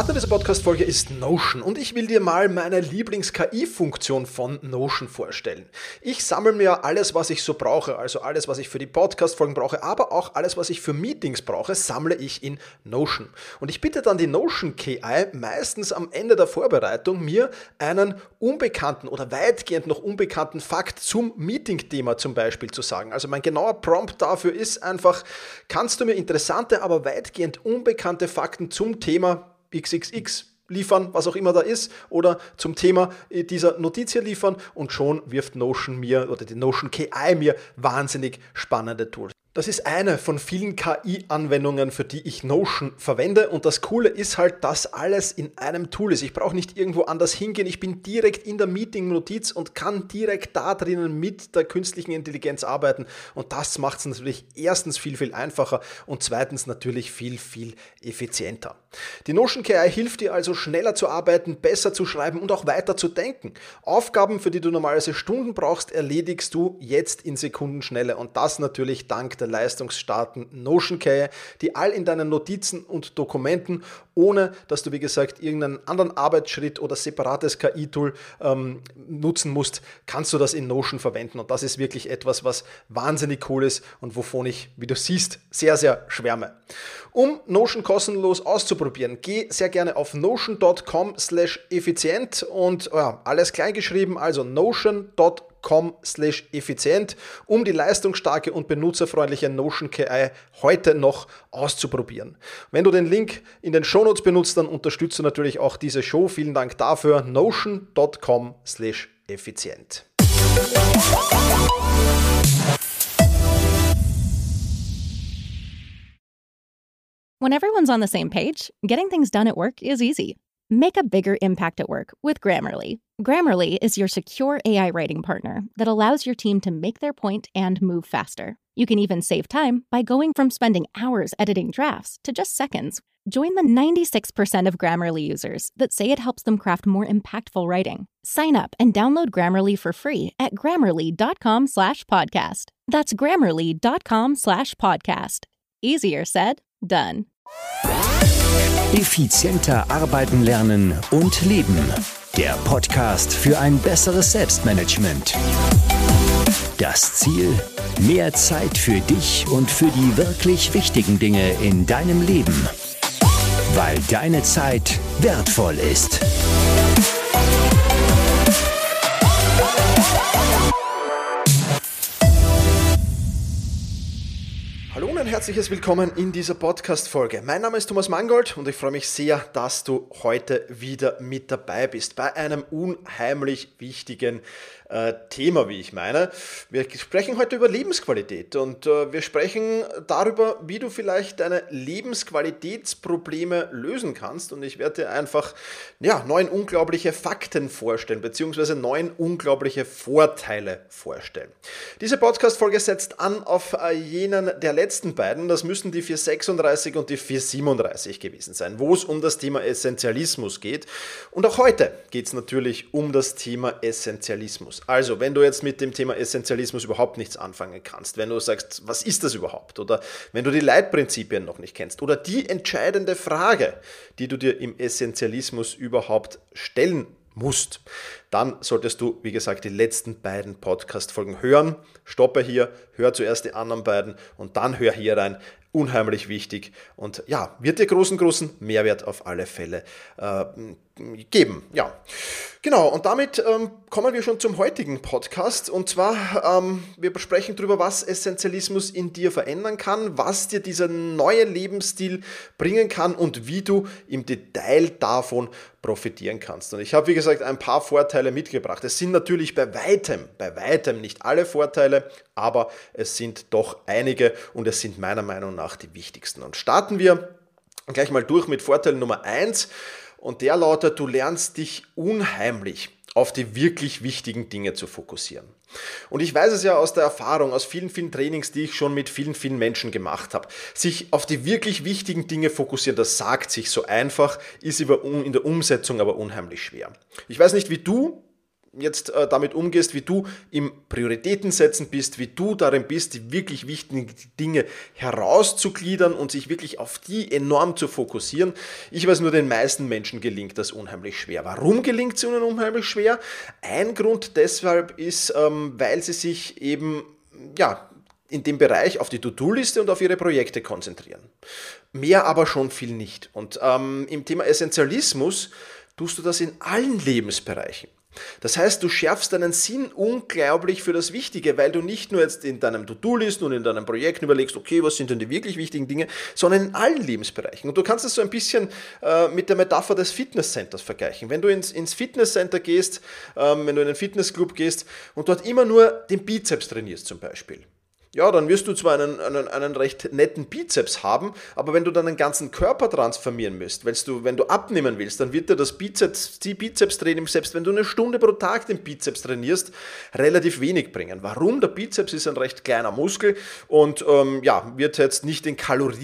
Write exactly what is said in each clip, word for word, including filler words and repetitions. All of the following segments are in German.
Partner dieser Podcast-Folge ist Notion und ich will dir mal meine Lieblings-K I-Funktion von Notion vorstellen. Ich sammle mir alles, was ich so brauche, also alles, was ich für die Podcast-Folgen brauche, aber auch alles, was ich für Meetings brauche, sammle ich in Notion. Und ich bitte dann die Notion K I meistens am Ende der Vorbereitung, mir einen unbekannten oder weitgehend noch unbekannten Fakt zum Meeting-Thema zum Beispiel zu sagen. Also mein genauer Prompt dafür ist einfach, kannst du mir interessante, aber weitgehend unbekannte Fakten zum Thema X X X liefern, was auch immer da ist, oder zum Thema dieser Notiz hier liefern, und schon wirft Notion mir oder die Notion K I mir wahnsinnig spannende Tools. Das ist eine von vielen K I-Anwendungen, für die ich Notion verwende, und das Coole ist halt, dass alles in einem Tool ist. Ich brauche nicht irgendwo anders hingehen, ich bin direkt in der Meeting-Notiz und kann direkt da drinnen mit der künstlichen Intelligenz arbeiten, und das macht es natürlich erstens viel, viel einfacher und zweitens natürlich viel, viel effizienter. Die Notion K I hilft dir also schneller zu arbeiten, besser zu schreiben und auch weiter zu denken. Aufgaben, für die du normalerweise Stunden brauchst, erledigst du jetzt in Sekundenschnelle, und das natürlich dank der leistungsstarken Notion K I, die all in deinen Notizen und Dokumenten, ohne dass du, wie gesagt, irgendeinen anderen Arbeitsschritt oder separates K I-Tool ähm, nutzen musst, kannst du das in Notion verwenden, und das ist wirklich etwas, was wahnsinnig cool ist und wovon ich, wie du siehst, sehr, sehr schwärme. Um Notion kostenlos auszuprobieren, geh sehr gerne auf notion dot com slash effizient und ja, alles klein geschrieben, also notion dot com slash effizient, um die leistungsstarke und benutzerfreundliche Notion K I heute noch auszuprobieren. Wenn du den Link in den Shownotes benutzt, dann unterstützt du natürlich auch diese Show. Vielen Dank dafür. notion dot com slash effizient. When everyone's on the same page, getting things done at work is easy. Make a bigger impact at work with Grammarly. Grammarly is your secure A I writing partner that allows your team to make their point and move faster. You can even save time by going from spending hours editing drafts to just seconds. Join the ninety-six percent of Grammarly users that say it helps them craft more impactful writing. Sign up and download Grammarly for free at grammarly dot com slash podcast. That's grammarly dot com slash podcast. Easier said, done. Effizienter arbeiten, lernen und leben. Der Podcast für ein besseres Selbstmanagement. Das Ziel: mehr Zeit für dich und für die wirklich wichtigen Dinge in deinem Leben. Weil deine Zeit wertvoll ist. Hallo und ein herzliches Willkommen in dieser Podcast-Folge. Mein Name ist Thomas Mangold und ich freue mich sehr, dass du heute wieder mit dabei bist bei einem unheimlich wichtigen äh, Thema, wie ich meine. Wir sprechen heute über Lebensqualität und äh, wir sprechen darüber, wie du vielleicht deine Lebensqualitätsprobleme lösen kannst, und ich werde dir einfach ja, neun unglaubliche Fakten vorstellen, beziehungsweise neun unglaubliche Vorteile vorstellen. Diese Podcast-Folge setzt an auf äh, jenen der letzten beiden, das müssen die vierhundertsechsunddreißig und die vierhundertsiebenunddreißig gewesen sein, wo es um das Thema Essentialismus geht. Und auch heute geht es natürlich um das Thema Essentialismus. Also, wenn du jetzt mit dem Thema Essentialismus überhaupt nichts anfangen kannst, wenn du sagst, was ist das überhaupt? Oder wenn du die Leitprinzipien noch nicht kennst oder die entscheidende Frage, die du dir im Essentialismus überhaupt stellen musst, dann solltest du, wie gesagt, die letzten beiden Podcast-Folgen hören. Stoppe hier, hör zuerst die anderen beiden und dann hör hier rein. Unheimlich wichtig und ja, wird dir großen, großen Mehrwert auf alle Fälle äh, geben. Ja, genau, und damit ähm, kommen wir schon zum heutigen Podcast, und zwar, ähm, wir besprechen darüber, was Essentialismus in dir verändern kann, was dir dieser neue Lebensstil bringen kann und wie du im Detail davon profitieren kannst. Und ich habe, wie gesagt, ein paar Vorteile mitgebracht. Es sind natürlich bei weitem, bei weitem nicht alle Vorteile, aber es sind doch einige und es sind meiner Meinung nach die wichtigsten. Und starten wir gleich mal durch mit Vorteil Nummer eins, und der lautet: Du lernst dich unheimlich auf die wirklich wichtigen Dinge zu fokussieren. Und ich weiß es ja aus der Erfahrung, aus vielen, vielen Trainings, die ich schon mit vielen, vielen Menschen gemacht habe. Sich auf die wirklich wichtigen Dinge fokussieren, das sagt sich so einfach, ist in der Umsetzung aber unheimlich schwer. Ich weiß nicht, wie du jetzt äh, damit umgehst, wie du im Prioritätensetzen bist, wie du darin bist, die wirklich wichtigen Dinge herauszugliedern und sich wirklich auf die enorm zu fokussieren. Ich weiß nur, den meisten Menschen gelingt das unheimlich schwer. Warum gelingt es ihnen unheimlich schwer? Ein Grund deshalb ist, ähm, weil sie sich eben, ja, in dem Bereich auf die To-Do-Liste und auf ihre Projekte konzentrieren. Mehr aber schon viel nicht. Und ähm, im Thema Essentialismus tust du das in allen Lebensbereichen. Das heißt, du schärfst deinen Sinn unglaublich für das Wichtige, weil du nicht nur jetzt in deinem To-Do-Listen und in deinen Projekten überlegst, okay, was sind denn die wirklich wichtigen Dinge, sondern in allen Lebensbereichen. Und du kannst es so ein bisschen äh, mit der Metapher des Fitnesscenters vergleichen. Wenn du ins, ins Fitnesscenter gehst, ähm, wenn du in einen Fitnessclub gehst und dort immer nur den Bizeps trainierst zum Beispiel, ja, dann wirst du zwar einen, einen, einen recht netten Bizeps haben, aber wenn du dann den ganzen Körper transformieren willst, weil du, wenn du abnehmen willst, dann wird dir das Bizeps, die Bizepstraining, selbst wenn du eine Stunde pro Tag den Bizeps trainierst, relativ wenig bringen. Warum? Der Bizeps ist ein recht kleiner Muskel und ähm, ja, wird jetzt nicht den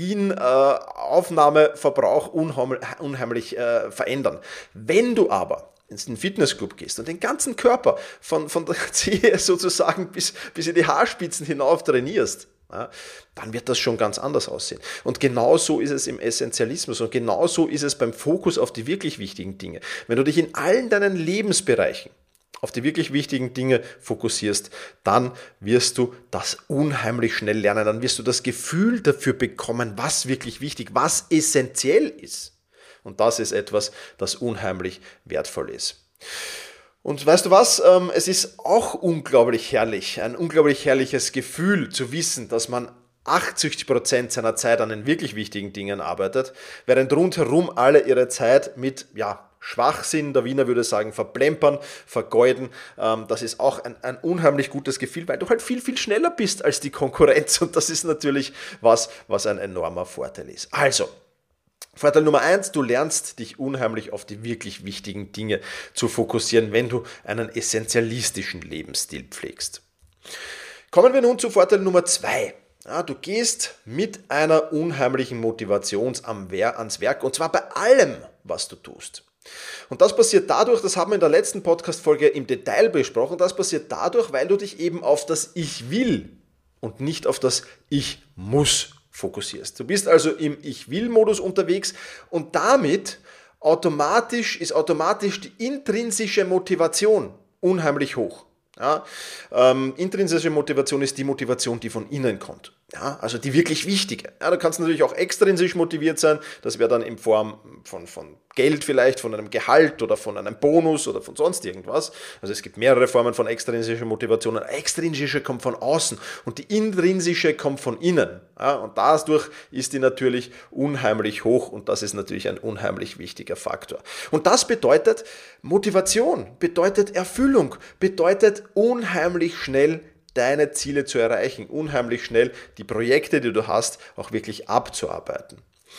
Kalorienaufnahmeverbrauch äh, unheimlich, unheimlich äh, verändern. Wenn du aber in den Fitnessclub gehst und den ganzen Körper von, von der Zehe sozusagen bis, bis in die Haarspitzen hinauf trainierst, ja, dann wird das schon ganz anders aussehen. Und genauso ist es im Essentialismus und genauso ist es beim Fokus auf die wirklich wichtigen Dinge. Wenn du dich in allen deinen Lebensbereichen auf die wirklich wichtigen Dinge fokussierst, dann wirst du das unheimlich schnell lernen. Dann wirst du das Gefühl dafür bekommen, was wirklich wichtig, was essentiell ist. Und das ist etwas, das unheimlich wertvoll ist. Und weißt du was? Es ist auch unglaublich herrlich, ein unglaublich herrliches Gefühl zu wissen, dass man achtzig Prozent seiner Zeit an den wirklich wichtigen Dingen arbeitet, während rundherum alle ihre Zeit mit, ja, Schwachsinn, der Wiener würde sagen, verplempern, vergeuden. Das ist auch ein, ein unheimlich gutes Gefühl, weil du halt viel, viel schneller bist als die Konkurrenz. Und das ist natürlich was, was ein enormer Vorteil ist. Also, Vorteil Nummer eins, du lernst dich unheimlich auf die wirklich wichtigen Dinge zu fokussieren, wenn du einen essentialistischen Lebensstil pflegst. Kommen wir nun zu Vorteil Nummer zwei. Ja, du gehst mit einer unheimlichen Motivation ans Werk und zwar bei allem, was du tust. Und das passiert dadurch, das haben wir in der letzten Podcast-Folge im Detail besprochen, das passiert dadurch, weil du dich eben auf das Ich will und nicht auf das Ich muss fokussierst. Du bist also im Ich-Will-Modus unterwegs und damit automatisch ist automatisch die intrinsische Motivation unheimlich hoch. Ja, ähm, intrinsische Motivation ist die Motivation, die von innen kommt. Ja, also die wirklich wichtige. Ja, du kannst natürlich auch extrinsisch motiviert sein. Das wäre dann in Form von, von Geld vielleicht, von einem Gehalt oder von einem Bonus oder von sonst irgendwas. Also es gibt mehrere Formen von extrinsischer Motivation. Eine extrinsische kommt von außen und die intrinsische kommt von innen. Ja, und dadurch ist die natürlich unheimlich hoch und das ist natürlich ein unheimlich wichtiger Faktor. Und das bedeutet Motivation, bedeutet Erfüllung, bedeutet unheimlich schnell deine Ziele zu erreichen, unheimlich schnell die Projekte, die du hast, auch wirklich abzuarbeiten.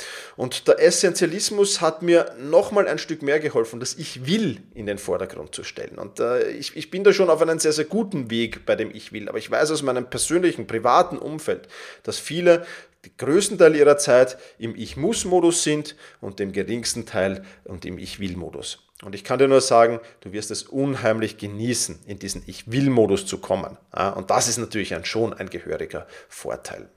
Und der Essentialismus hat mir nochmal ein Stück mehr geholfen, das Ich will in den Vordergrund zu stellen. Und äh, ich, ich bin da schon auf einem sehr, sehr guten Weg bei dem Ich will. Aber ich weiß aus meinem persönlichen, privaten Umfeld, dass viele den größten Teil ihrer Zeit im Ich-muss-Modus sind und den geringsten Teil und im Ich-will-Modus. Und ich kann dir nur sagen, du wirst es unheimlich genießen, in diesen Ich-will-Modus zu kommen. Und das ist natürlich ein, schon ein gehöriger Vorteil.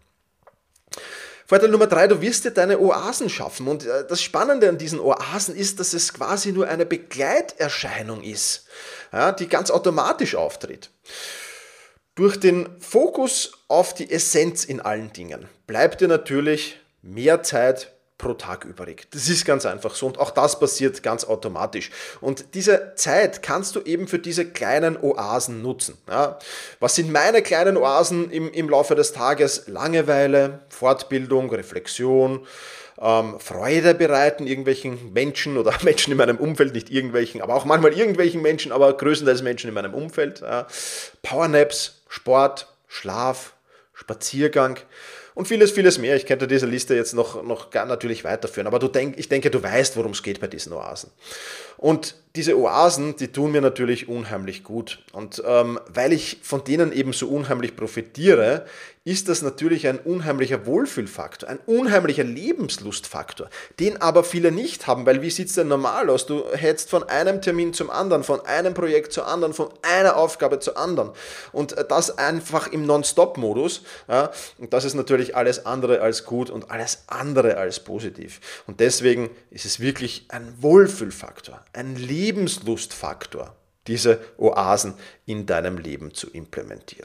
Vorteil Nummer drei, du wirst dir deine Oasen schaffen. Und das Spannende an diesen Oasen ist, dass es quasi nur eine Begleiterscheinung ist, die ganz automatisch auftritt. Durch den Fokus auf die Essenz in allen Dingen bleibt dir natürlich mehr Zeit pro Tag übrig. Das ist ganz einfach so und auch das passiert ganz automatisch. Und diese Zeit kannst du eben für diese kleinen Oasen nutzen. Ja, was sind meine kleinen Oasen im, im Laufe des Tages? Langeweile, Fortbildung, Reflexion, ähm, Freude bereiten irgendwelchen Menschen oder Menschen in meinem Umfeld, nicht irgendwelchen, aber auch manchmal irgendwelchen Menschen, aber größtenteils Menschen in meinem Umfeld. Ja, Powernaps, Sport, Schlaf, Spaziergang und vieles, vieles mehr. Ich könnte diese Liste jetzt noch, noch gar natürlich weiterführen, aber du denk, ich denke, du weißt, worum es geht bei diesen Oasen. Und diese Oasen, die tun mir natürlich unheimlich gut. Und ähm, weil ich von denen eben so unheimlich profitiere, ist das natürlich ein unheimlicher Wohlfühlfaktor, ein unheimlicher Lebenslustfaktor, den aber viele nicht haben, weil wie sieht es denn normal aus? Du hetzt von einem Termin zum anderen, von einem Projekt zum anderen, von einer Aufgabe zur anderen und das einfach im Non-Stop-Modus. Ja, und das ist natürlich alles andere als gut und alles andere als positiv. Und deswegen ist es wirklich ein Wohlfühlfaktor, ein Lebenslustfaktor, diese Oasen in deinem Leben zu implementieren.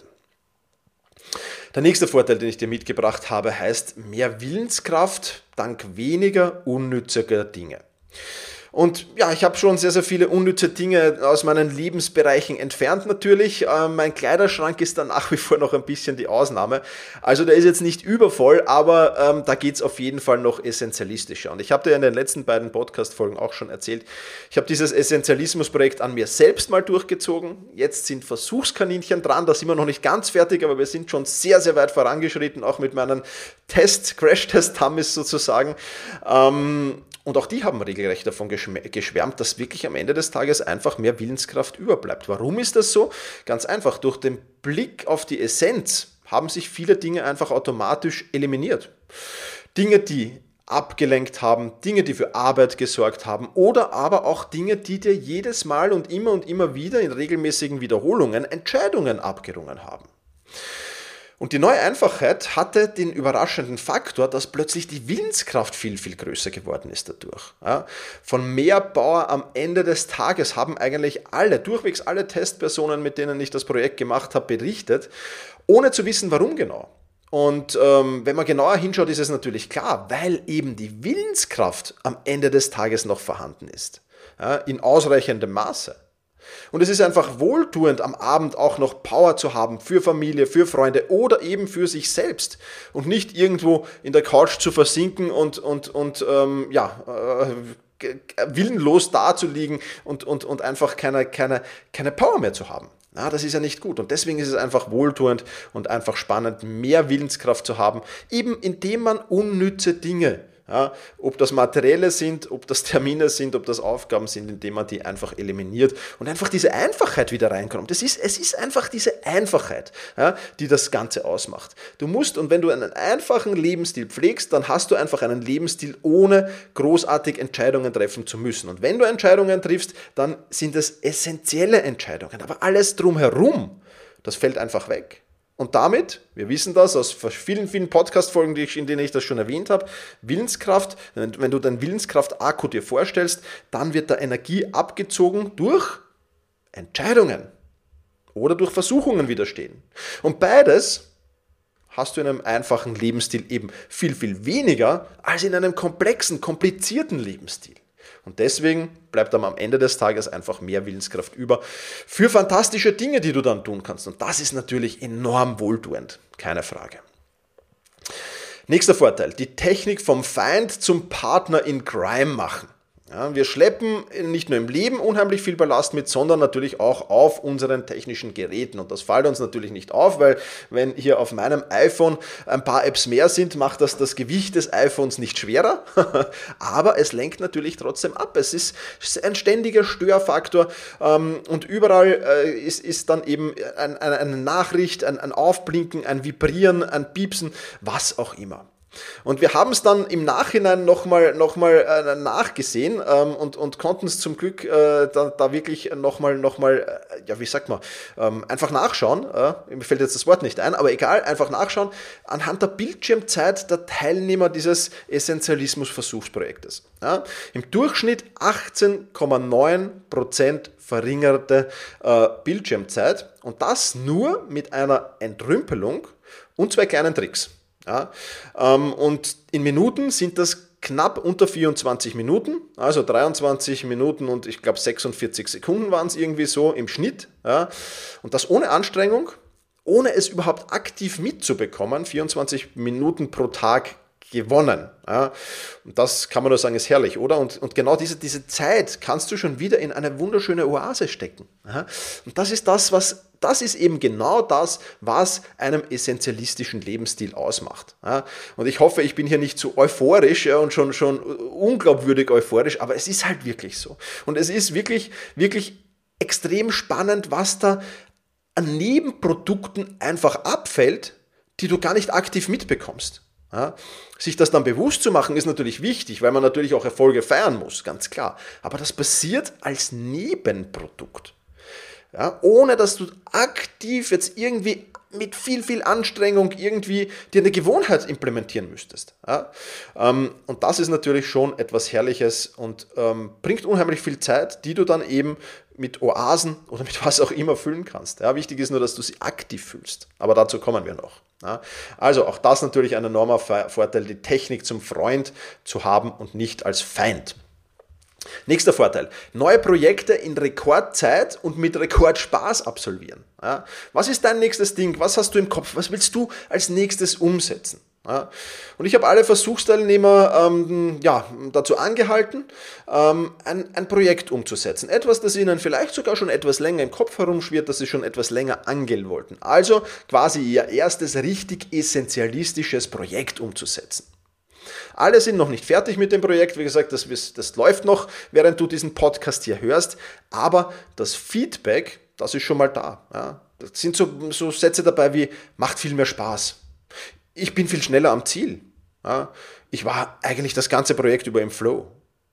Der nächste Vorteil, den ich dir mitgebracht habe, heißt mehr Willenskraft dank weniger unnütziger Dinge. Und ja, ich habe schon sehr, sehr viele unnütze Dinge aus meinen Lebensbereichen entfernt natürlich. Ähm, mein Kleiderschrank ist da nach wie vor noch ein bisschen die Ausnahme. Also der ist jetzt nicht übervoll, aber ähm, da geht es auf jeden Fall noch essentialistischer. Und ich habe dir in den letzten beiden Podcast-Folgen auch schon erzählt, ich habe dieses Essentialismus-Projekt an mir selbst mal durchgezogen. Jetzt sind Versuchskaninchen dran, da sind wir noch nicht ganz fertig, aber wir sind schon sehr, sehr weit vorangeschritten, auch mit meinen Test, Crash-Test-Dummies sozusagen. Ähm, Und auch die haben regelrecht davon geschwärmt, dass wirklich am Ende des Tages einfach mehr Willenskraft überbleibt. Warum ist das so? Ganz einfach, durch den Blick auf die Essenz haben sich viele Dinge einfach automatisch eliminiert. Dinge, die abgelenkt haben, Dinge, die für Arbeit gesorgt haben oder aber auch Dinge, die dir jedes Mal und immer und immer wieder in regelmäßigen Wiederholungen Entscheidungen abgerungen haben. Und die neue Einfachheit hatte den überraschenden Faktor, dass plötzlich die Willenskraft viel, viel größer geworden ist dadurch. Ja, von mehr Power am Ende des Tages haben eigentlich alle, durchwegs alle Testpersonen, mit denen ich das Projekt gemacht habe, berichtet, ohne zu wissen, warum genau. Und ähm, wenn man genauer hinschaut, ist es natürlich klar, weil eben die Willenskraft am Ende des Tages noch vorhanden ist, ja, in ausreichendem Maße. Und es ist einfach wohltuend, am Abend auch noch Power zu haben für Familie, für Freunde oder eben für sich selbst und nicht irgendwo in der Couch zu versinken und, und, und ähm, ja, äh, willenlos dazuliegen und, und, und einfach keine, keine, keine Power mehr zu haben. Ja, das ist ja nicht gut und deswegen ist es einfach wohltuend und einfach spannend, mehr Willenskraft zu haben, eben indem man unnütze Dinge, ja, ob das Materielle sind, ob das Termine sind, ob das Aufgaben sind, indem man die einfach eliminiert und einfach diese Einfachheit wieder reinkommt. Das ist, es ist einfach diese Einfachheit, ja, die das Ganze ausmacht. Du musst, und wenn du einen einfachen Lebensstil pflegst, dann hast du einfach einen Lebensstil, ohne großartig Entscheidungen treffen zu müssen. Und wenn du Entscheidungen triffst, dann sind es essentielle Entscheidungen. Aber alles drumherum, das fällt einfach weg. Und damit, wir wissen das aus vielen, vielen Podcast-Folgen, in denen ich das schon erwähnt habe, Willenskraft, wenn du deinen Willenskraft-Akku dir vorstellst, dann wird da Energie abgezogen durch Entscheidungen oder durch Versuchungen widerstehen. Und beides hast du in einem einfachen Lebensstil eben viel, viel weniger als in einem komplexen, komplizierten Lebensstil. Und deswegen bleibt dann am Ende des Tages einfach mehr Willenskraft über für fantastische Dinge, die du dann tun kannst. Und das ist natürlich enorm wohltuend, keine Frage. Nächster Vorteil, die Technik vom Feind zum Partner in Crime machen. Ja, wir schleppen nicht nur im Leben unheimlich viel Ballast mit, sondern natürlich auch auf unseren technischen Geräten. Und das fällt uns natürlich nicht auf, weil wenn hier auf meinem iPhone ein paar Apps mehr sind, macht das das Gewicht des iPhones nicht schwerer. Aber es lenkt natürlich trotzdem ab. Es ist ein ständiger Störfaktor und überall ist, ist dann eben ein, eine Nachricht, ein, ein Aufblinken, ein Vibrieren, ein Piepsen, was auch immer. Und wir haben es dann im Nachhinein nochmal noch mal, äh, nachgesehen ähm, und, und konnten es zum Glück äh, da, da wirklich nochmal, noch mal, äh, ja wie sagt man, ähm, einfach nachschauen. Äh, mir fällt jetzt das Wort nicht ein, aber egal, einfach nachschauen, anhand der Bildschirmzeit der Teilnehmer dieses Essentialismus-Versuchsprojektes. Ja, im Durchschnitt achtzehn Komma neun Prozent verringerte äh, Bildschirmzeit und das nur mit einer Entrümpelung und zwei kleinen Tricks. Ja, ähm, und in Minuten sind das knapp unter vierundzwanzig Minuten, also dreiundzwanzig Minuten und ich glaube sechsundvierzig Sekunden waren es irgendwie so im Schnitt. Ja, und das ohne Anstrengung, ohne es überhaupt aktiv mitzubekommen, vierundzwanzig Minuten pro Tag gewonnen. Ja, und das kann man nur sagen, ist herrlich, oder? Und, und genau diese, diese Zeit kannst du schon wieder in eine wunderschöne Oase stecken. Ja, und das ist das, was Das ist eben genau das, was einem essentialistischen Lebensstil ausmacht. Ja, und ich hoffe, ich bin hier nicht zu euphorisch ja, und schon, schon unglaubwürdig euphorisch, aber es ist halt wirklich so. Und es ist wirklich, wirklich extrem spannend, was da an Nebenprodukten einfach abfällt, die du gar nicht aktiv mitbekommst. Ja, sich das dann bewusst zu machen, ist natürlich wichtig, weil man natürlich auch Erfolge feiern muss, ganz klar. Aber das passiert als Nebenprodukt. Ja, ohne dass du aktiv jetzt irgendwie mit viel, viel Anstrengung irgendwie dir eine Gewohnheit implementieren müsstest. Ja, ähm, und das ist natürlich schon etwas Herrliches und ähm, bringt unheimlich viel Zeit, die du dann eben mit Oasen oder mit was auch immer füllen kannst. Ja, wichtig ist nur, dass du sie aktiv fühlst. Aber dazu kommen wir noch. Ja, also auch das natürlich ein enormer Vorteil, die Technik zum Freund zu haben und nicht als Feind. Nächster Vorteil, neue Projekte in Rekordzeit und mit Rekordspaß absolvieren. Ja, was ist dein nächstes Ding? Was hast du im Kopf? Was willst du als nächstes umsetzen? Ja, und ich habe alle Versuchsteilnehmer ähm, ja, dazu angehalten, ähm, ein, ein Projekt umzusetzen. Etwas, das ihnen vielleicht sogar schon etwas länger im Kopf herumschwirrt, das sie schon etwas länger angehen wollten. Also quasi ihr erstes richtig essentialistisches Projekt umzusetzen. Alle sind noch nicht fertig mit dem Projekt, wie gesagt, das, das läuft noch, während du diesen Podcast hier hörst, aber das Feedback, das ist schon mal da. Ja. Das sind so, so Sätze dabei wie, macht viel mehr Spaß. Ich bin viel schneller am Ziel. Ja. Ich war eigentlich das ganze Projekt über im Flow.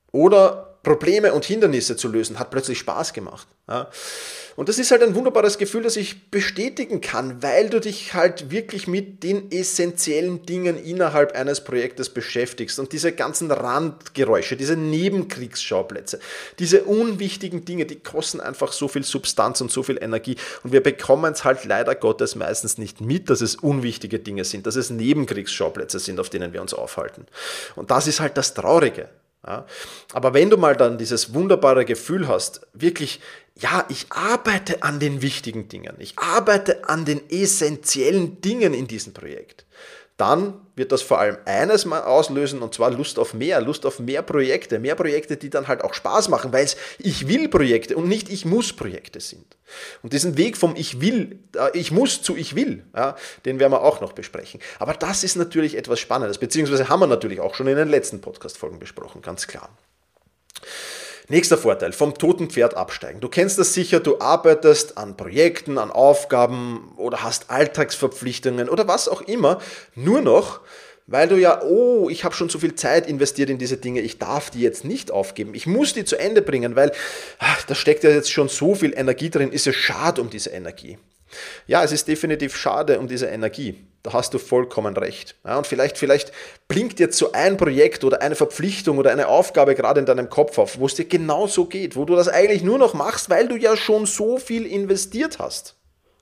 Oder Probleme und Hindernisse zu lösen, hat plötzlich Spaß gemacht. Ja. Und das ist halt ein wunderbares Gefühl, das ich bestätigen kann, weil du dich halt wirklich mit den essentiellen Dingen innerhalb eines Projektes beschäftigst und diese ganzen Randgeräusche, diese Nebenkriegsschauplätze, diese unwichtigen Dinge, die kosten einfach so viel Substanz und so viel Energie und wir bekommen es halt leider Gottes meistens nicht mit, dass es unwichtige Dinge sind, dass es Nebenkriegsschauplätze sind, auf denen wir uns aufhalten. Und das ist halt das Traurige. Ja, aber wenn du mal dann dieses wunderbare Gefühl hast, wirklich, ja, ich arbeite an den wichtigen Dingen, ich arbeite an den essentiellen Dingen in diesem Projekt, dann wird das vor allem eines mal auslösen, und zwar Lust auf mehr, Lust auf mehr Projekte, mehr Projekte, die dann halt auch Spaß machen, weil es Ich will Projekte und nicht Ich muss Projekte sind. Und diesen Weg vom Ich will, äh, ich muss zu Ich will, ja, den werden wir auch noch besprechen. Aber das ist natürlich etwas Spannendes, beziehungsweise haben wir natürlich auch schon in den letzten Podcast-Folgen besprochen, ganz klar. Nächster Vorteil, vom toten Pferd absteigen. Du kennst das sicher, du arbeitest an Projekten, an Aufgaben oder hast Alltagsverpflichtungen oder was auch immer, nur noch, weil du ja, oh, ich habe schon so viel Zeit investiert in diese Dinge, ich darf die jetzt nicht aufgeben, ich muss die zu Ende bringen, weil ach, da steckt ja jetzt schon so viel Energie drin, ist ja schade um diese Energie. Ja, es ist definitiv schade um diese Energie. Da hast du vollkommen recht. Ja, und vielleicht, vielleicht blinkt jetzt so ein Projekt oder eine Verpflichtung oder eine Aufgabe gerade in deinem Kopf auf, wo es dir genau so geht, wo du das eigentlich nur noch machst, weil du ja schon so viel investiert hast.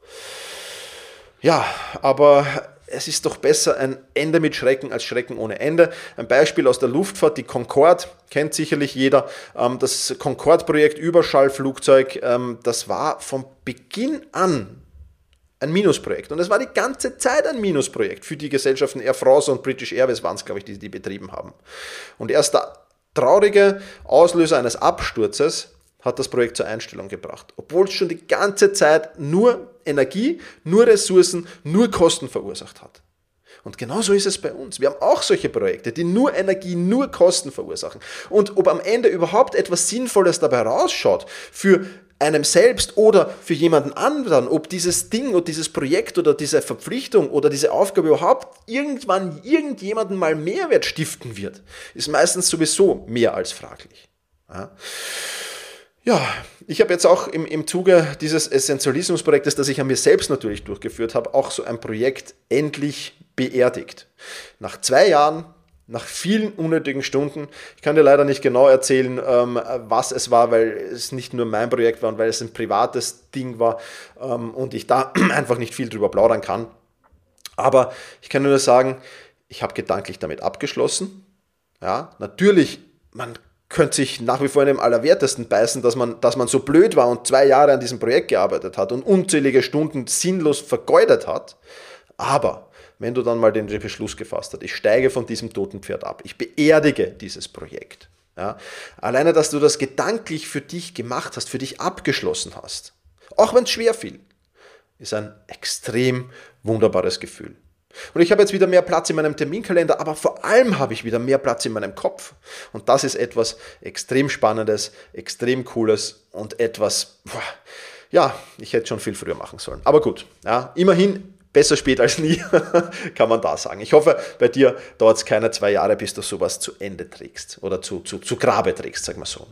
Ja, aber es ist doch besser ein Ende mit Schrecken als Schrecken ohne Ende. Ein Beispiel aus der Luftfahrt, die Concorde, kennt sicherlich jeder. Das Concorde-Projekt Überschallflugzeug, das war von Beginn an ein Minusprojekt. Und es war die ganze Zeit ein Minusprojekt für die Gesellschaften Air France und British Airways waren es, glaube ich, die die betrieben haben. Und erst der traurige Auslöser eines Absturzes hat das Projekt zur Einstellung gebracht. Obwohl es schon die ganze Zeit nur Energie, nur Ressourcen, nur Kosten verursacht hat. Und genauso ist es bei uns. Wir haben auch solche Projekte, die nur Energie, nur Kosten verursachen. Und ob am Ende überhaupt etwas Sinnvolles dabei rausschaut für einem selbst oder für jemanden anderen, ob dieses Ding oder dieses Projekt oder diese Verpflichtung oder diese Aufgabe überhaupt irgendwann irgendjemanden mal Mehrwert stiften wird, ist meistens sowieso mehr als fraglich. Ja, ja ich habe jetzt auch im, im Zuge dieses Essentialismusprojektes, das ich an mir selbst natürlich durchgeführt habe, auch so ein Projekt endlich beerdigt. Nach zwei Jahren, nach vielen unnötigen Stunden. Ich kann dir leider nicht genau erzählen, ähm, was es war, weil es nicht nur mein Projekt war und weil es ein privates Ding war ähm, und ich da einfach nicht viel drüber plaudern kann. Aber ich kann nur sagen, ich habe gedanklich damit abgeschlossen. Ja, natürlich, man könnte sich nach wie vor in dem Allerwertesten beißen, dass man, dass man so blöd war und zwei Jahre an diesem Projekt gearbeitet hat und unzählige Stunden sinnlos vergeudet hat. Aber wenn du dann mal den Beschluss gefasst hast, ich steige von diesem toten Pferd ab, ich beerdige dieses Projekt. Ja, alleine, dass du das gedanklich für dich gemacht hast, für dich abgeschlossen hast, auch wenn es schwer fiel, ist ein extrem wunderbares Gefühl. Und ich habe jetzt wieder mehr Platz in meinem Terminkalender, aber vor allem habe ich wieder mehr Platz in meinem Kopf. Und das ist etwas extrem Spannendes, extrem Cooles und etwas, boah, ja, ich hätte schon viel früher machen sollen. Aber gut, ja, immerhin besser spät als nie, kann man da sagen. Ich hoffe, bei dir dauert es keine zwei Jahre, bis du sowas zu Ende trägst oder zu, zu, zu Grabe trägst, sagen wir so.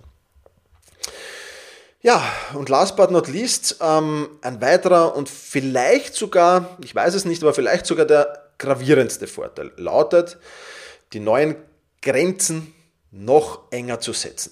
Ja, und last but not least, ähm, ein weiterer und vielleicht sogar, ich weiß es nicht, aber vielleicht sogar der gravierendste Vorteil lautet, die neuen Grenzen noch enger zu setzen.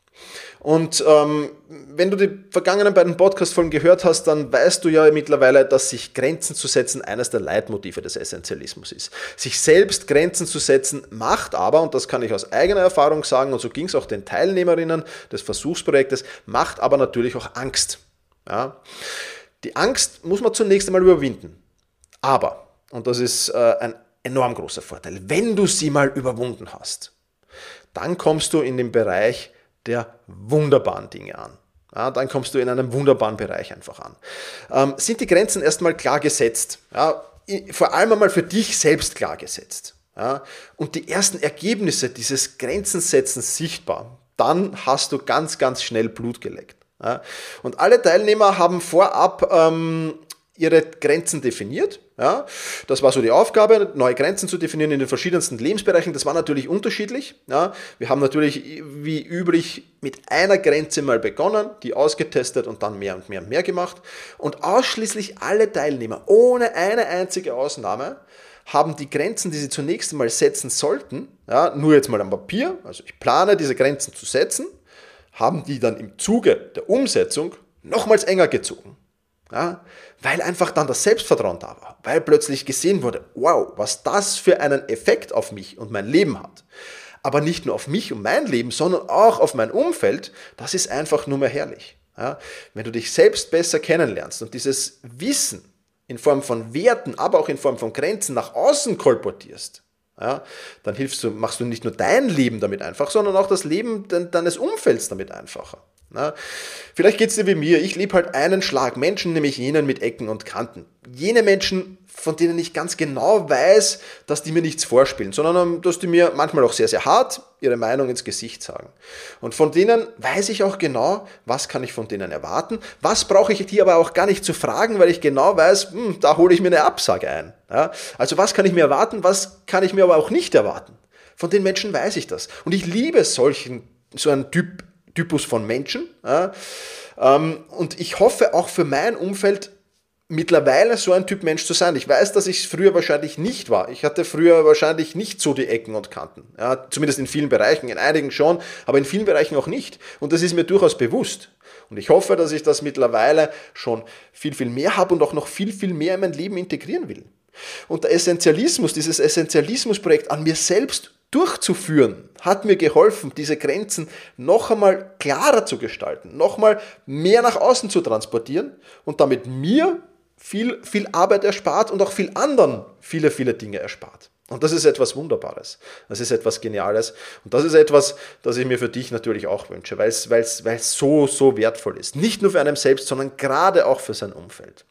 Und ähm, wenn du die vergangenen beiden Podcast-Folgen gehört hast, dann weißt du ja mittlerweile, dass sich Grenzen zu setzen eines der Leitmotive des Essentialismus ist. Sich selbst Grenzen zu setzen macht aber, und das kann ich aus eigener Erfahrung sagen, und so ging es auch den Teilnehmerinnen des Versuchsprojektes, macht aber natürlich auch Angst. Ja? Die Angst muss man zunächst einmal überwinden. Aber, und das ist äh, ein enorm großer Vorteil, wenn du sie mal überwunden hast, dann kommst du in den Bereich der wunderbaren Dinge an. Ja, dann kommst du in einem wunderbaren Bereich einfach an. Ähm, sind die Grenzen erstmal klar gesetzt? Ja, vor allem einmal für dich selbst klar gesetzt. Ja, und die ersten Ergebnisse dieses Grenzensetzens sichtbar, dann hast du ganz, ganz schnell Blut geleckt. Ja, und alle Teilnehmer haben vorab ähm, ihre Grenzen definiert. Ja, das war so die Aufgabe, neue Grenzen zu definieren in den verschiedensten Lebensbereichen. Das war natürlich unterschiedlich. Ja, wir haben natürlich wie üblich mit einer Grenze mal begonnen, die ausgetestet und dann mehr und mehr und mehr gemacht. Und ausschließlich alle Teilnehmer, ohne eine einzige Ausnahme, haben die Grenzen, die sie zunächst einmal setzen sollten, ja, nur jetzt mal am Papier, also ich plane diese Grenzen zu setzen, haben die dann im Zuge der Umsetzung nochmals enger gezogen. Ja, weil einfach dann das Selbstvertrauen da war, weil plötzlich gesehen wurde, wow, was das für einen Effekt auf mich und mein Leben hat. Aber nicht nur auf mich und mein Leben, sondern auch auf mein Umfeld, das ist einfach nur mehr herrlich. Ja, wenn du dich selbst besser kennenlernst und dieses Wissen in Form von Werten, aber auch in Form von Grenzen nach außen kolportierst, ja, dann hilfst du, machst du nicht nur dein Leben damit einfach, sondern auch das Leben de- deines Umfelds damit einfacher. Na, vielleicht geht es dir wie mir, ich liebe halt einen Schlag Menschen, nämlich jenen mit Ecken und Kanten. Jene Menschen, von denen ich ganz genau weiß, dass die mir nichts vorspielen, sondern dass die mir manchmal auch sehr, sehr hart ihre Meinung ins Gesicht sagen. Und von denen weiß ich auch genau, was kann ich von denen erwarten, was brauche ich die aber auch gar nicht zu fragen, weil ich genau weiß, hm, da hole ich mir eine Absage ein. Ja, also was kann ich mir erwarten, was kann ich mir aber auch nicht erwarten. Von den Menschen weiß ich das. Und ich liebe solchen, so einen Typ Typus von Menschen. Ja, ähm, und ich hoffe auch für mein Umfeld mittlerweile so ein Typ Mensch zu sein. Ich weiß, dass ich es früher wahrscheinlich nicht war. Ich hatte früher wahrscheinlich nicht so die Ecken und Kanten. Ja, zumindest in vielen Bereichen, in einigen schon, aber in vielen Bereichen auch nicht. Und das ist mir durchaus bewusst. Und ich hoffe, dass ich das mittlerweile schon viel, viel mehr habe und auch noch viel, viel mehr in mein Leben integrieren will. Und der Essentialismus, dieses Essentialismusprojekt an mir selbst durchzuführen, hat mir geholfen, diese Grenzen noch einmal klarer zu gestalten, noch einmal mehr nach außen zu transportieren und damit mir viel, viel Arbeit erspart und auch viel anderen viele, viele Dinge erspart. Und das ist etwas Wunderbares, das ist etwas Geniales und das ist etwas, das ich mir für dich natürlich auch wünsche, weil es, weil es, weil es so, so wertvoll ist. Nicht nur für einen selbst, sondern gerade auch für sein Umfeld.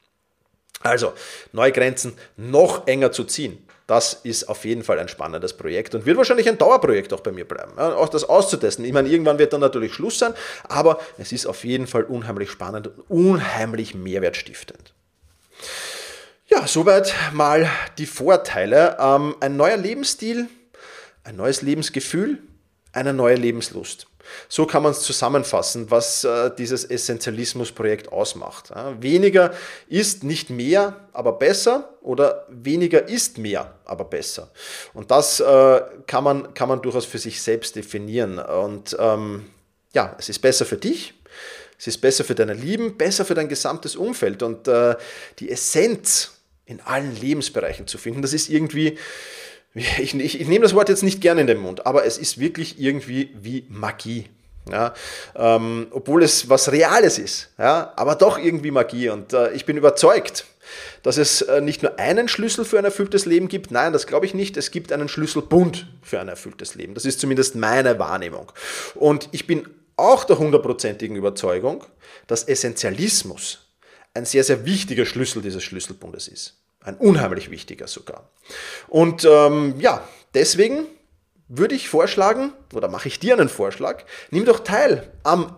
Also, neue Grenzen noch enger zu ziehen. Das ist auf jeden Fall ein spannendes Projekt und wird wahrscheinlich ein Dauerprojekt auch bei mir bleiben. Ja, auch das auszutesten. Ich meine, irgendwann wird dann natürlich Schluss sein, aber es ist auf jeden Fall unheimlich spannend und unheimlich mehrwertstiftend. Ja, soweit mal die Vorteile. Ähm, ein neuer Lebensstil, ein neues Lebensgefühl, eine neue Lebenslust. So kann man es zusammenfassen, was äh, dieses Essentialismus-Projekt ausmacht. Ja, weniger ist nicht mehr, aber besser oder weniger ist mehr, aber besser. Und das äh, kann man, kann man durchaus für sich selbst definieren. Und ähm, ja, es ist besser für dich, es ist besser für deine Lieben, besser für dein gesamtes Umfeld. Und äh, die Essenz in allen Lebensbereichen zu finden, das ist irgendwie... Ich, ich, ich nehme das Wort jetzt nicht gerne in den Mund, aber es ist wirklich irgendwie wie Magie. Ja, ähm, obwohl es was Reales ist, ja, aber doch irgendwie Magie. Und äh, ich bin überzeugt, dass es äh, nicht nur einen Schlüssel für ein erfülltes Leben gibt. Nein, das glaube ich nicht. Es gibt einen Schlüsselbund für ein erfülltes Leben. Das ist zumindest meine Wahrnehmung. Und ich bin auch der hundertprozentigen Überzeugung, dass Essentialismus ein sehr, sehr wichtiger Schlüssel dieses Schlüsselbundes ist. Ein unheimlich wichtiger sogar. Und ähm, ja, deswegen würde ich vorschlagen, oder mache ich dir einen Vorschlag, nimm doch teil am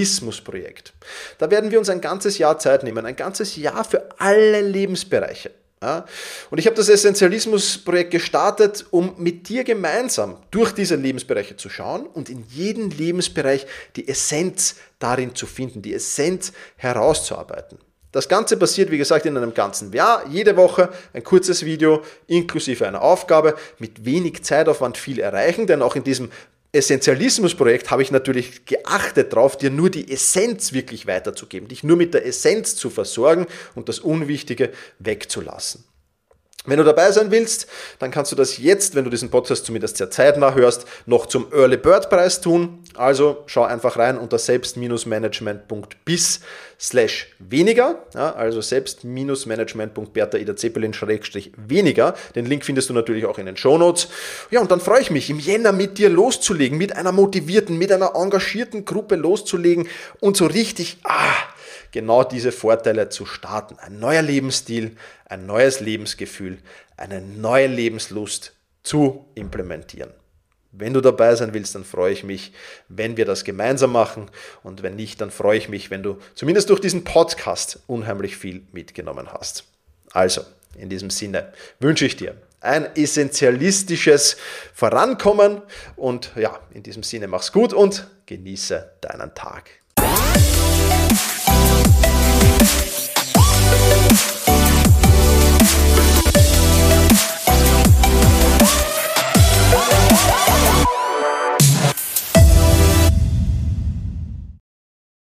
Essentialismus-Projekt. Da werden wir uns ein ganzes Jahr Zeit nehmen, ein ganzes Jahr für alle Lebensbereiche. Ja? Und ich habe das Essentialismus-Projekt gestartet, um mit dir gemeinsam durch diese Lebensbereiche zu schauen und in jedem Lebensbereich die Essenz darin zu finden, die Essenz herauszuarbeiten. Das Ganze passiert, wie gesagt, in einem ganzen Jahr. Jede Woche ein kurzes Video inklusive einer Aufgabe, mit wenig Zeitaufwand viel erreichen, denn auch in diesem Essentialismus-Projekt habe ich natürlich geachtet darauf, dir nur die Essenz wirklich weiterzugeben, dich nur mit der Essenz zu versorgen und das Unwichtige wegzulassen. Wenn du dabei sein willst, dann kannst du das jetzt, wenn du diesen Podcast zumindest sehr zeitnah hörst, noch zum Early Bird Preis tun. Also schau einfach rein unter selbst-management.bis slash weniger, ja, also selbst-management.bertha ida zeppelin schrägstrich weniger. Den Link findest du natürlich auch in den Shownotes. Ja, und dann freue ich mich, im Jänner mit dir loszulegen, mit einer motivierten, mit einer engagierten Gruppe loszulegen und so richtig, ah, genau diese Vorteile zu starten. Ein neuer Lebensstil, ein neues Lebensgefühl, eine neue Lebenslust zu implementieren. Wenn du dabei sein willst, dann freue ich mich, wenn wir das gemeinsam machen. Und wenn nicht, dann freue ich mich, wenn du zumindest durch diesen Podcast unheimlich viel mitgenommen hast. Also, in diesem Sinne wünsche ich dir ein essentialistisches Vorankommen. Und ja, in diesem Sinne mach's gut und genieße deinen Tag.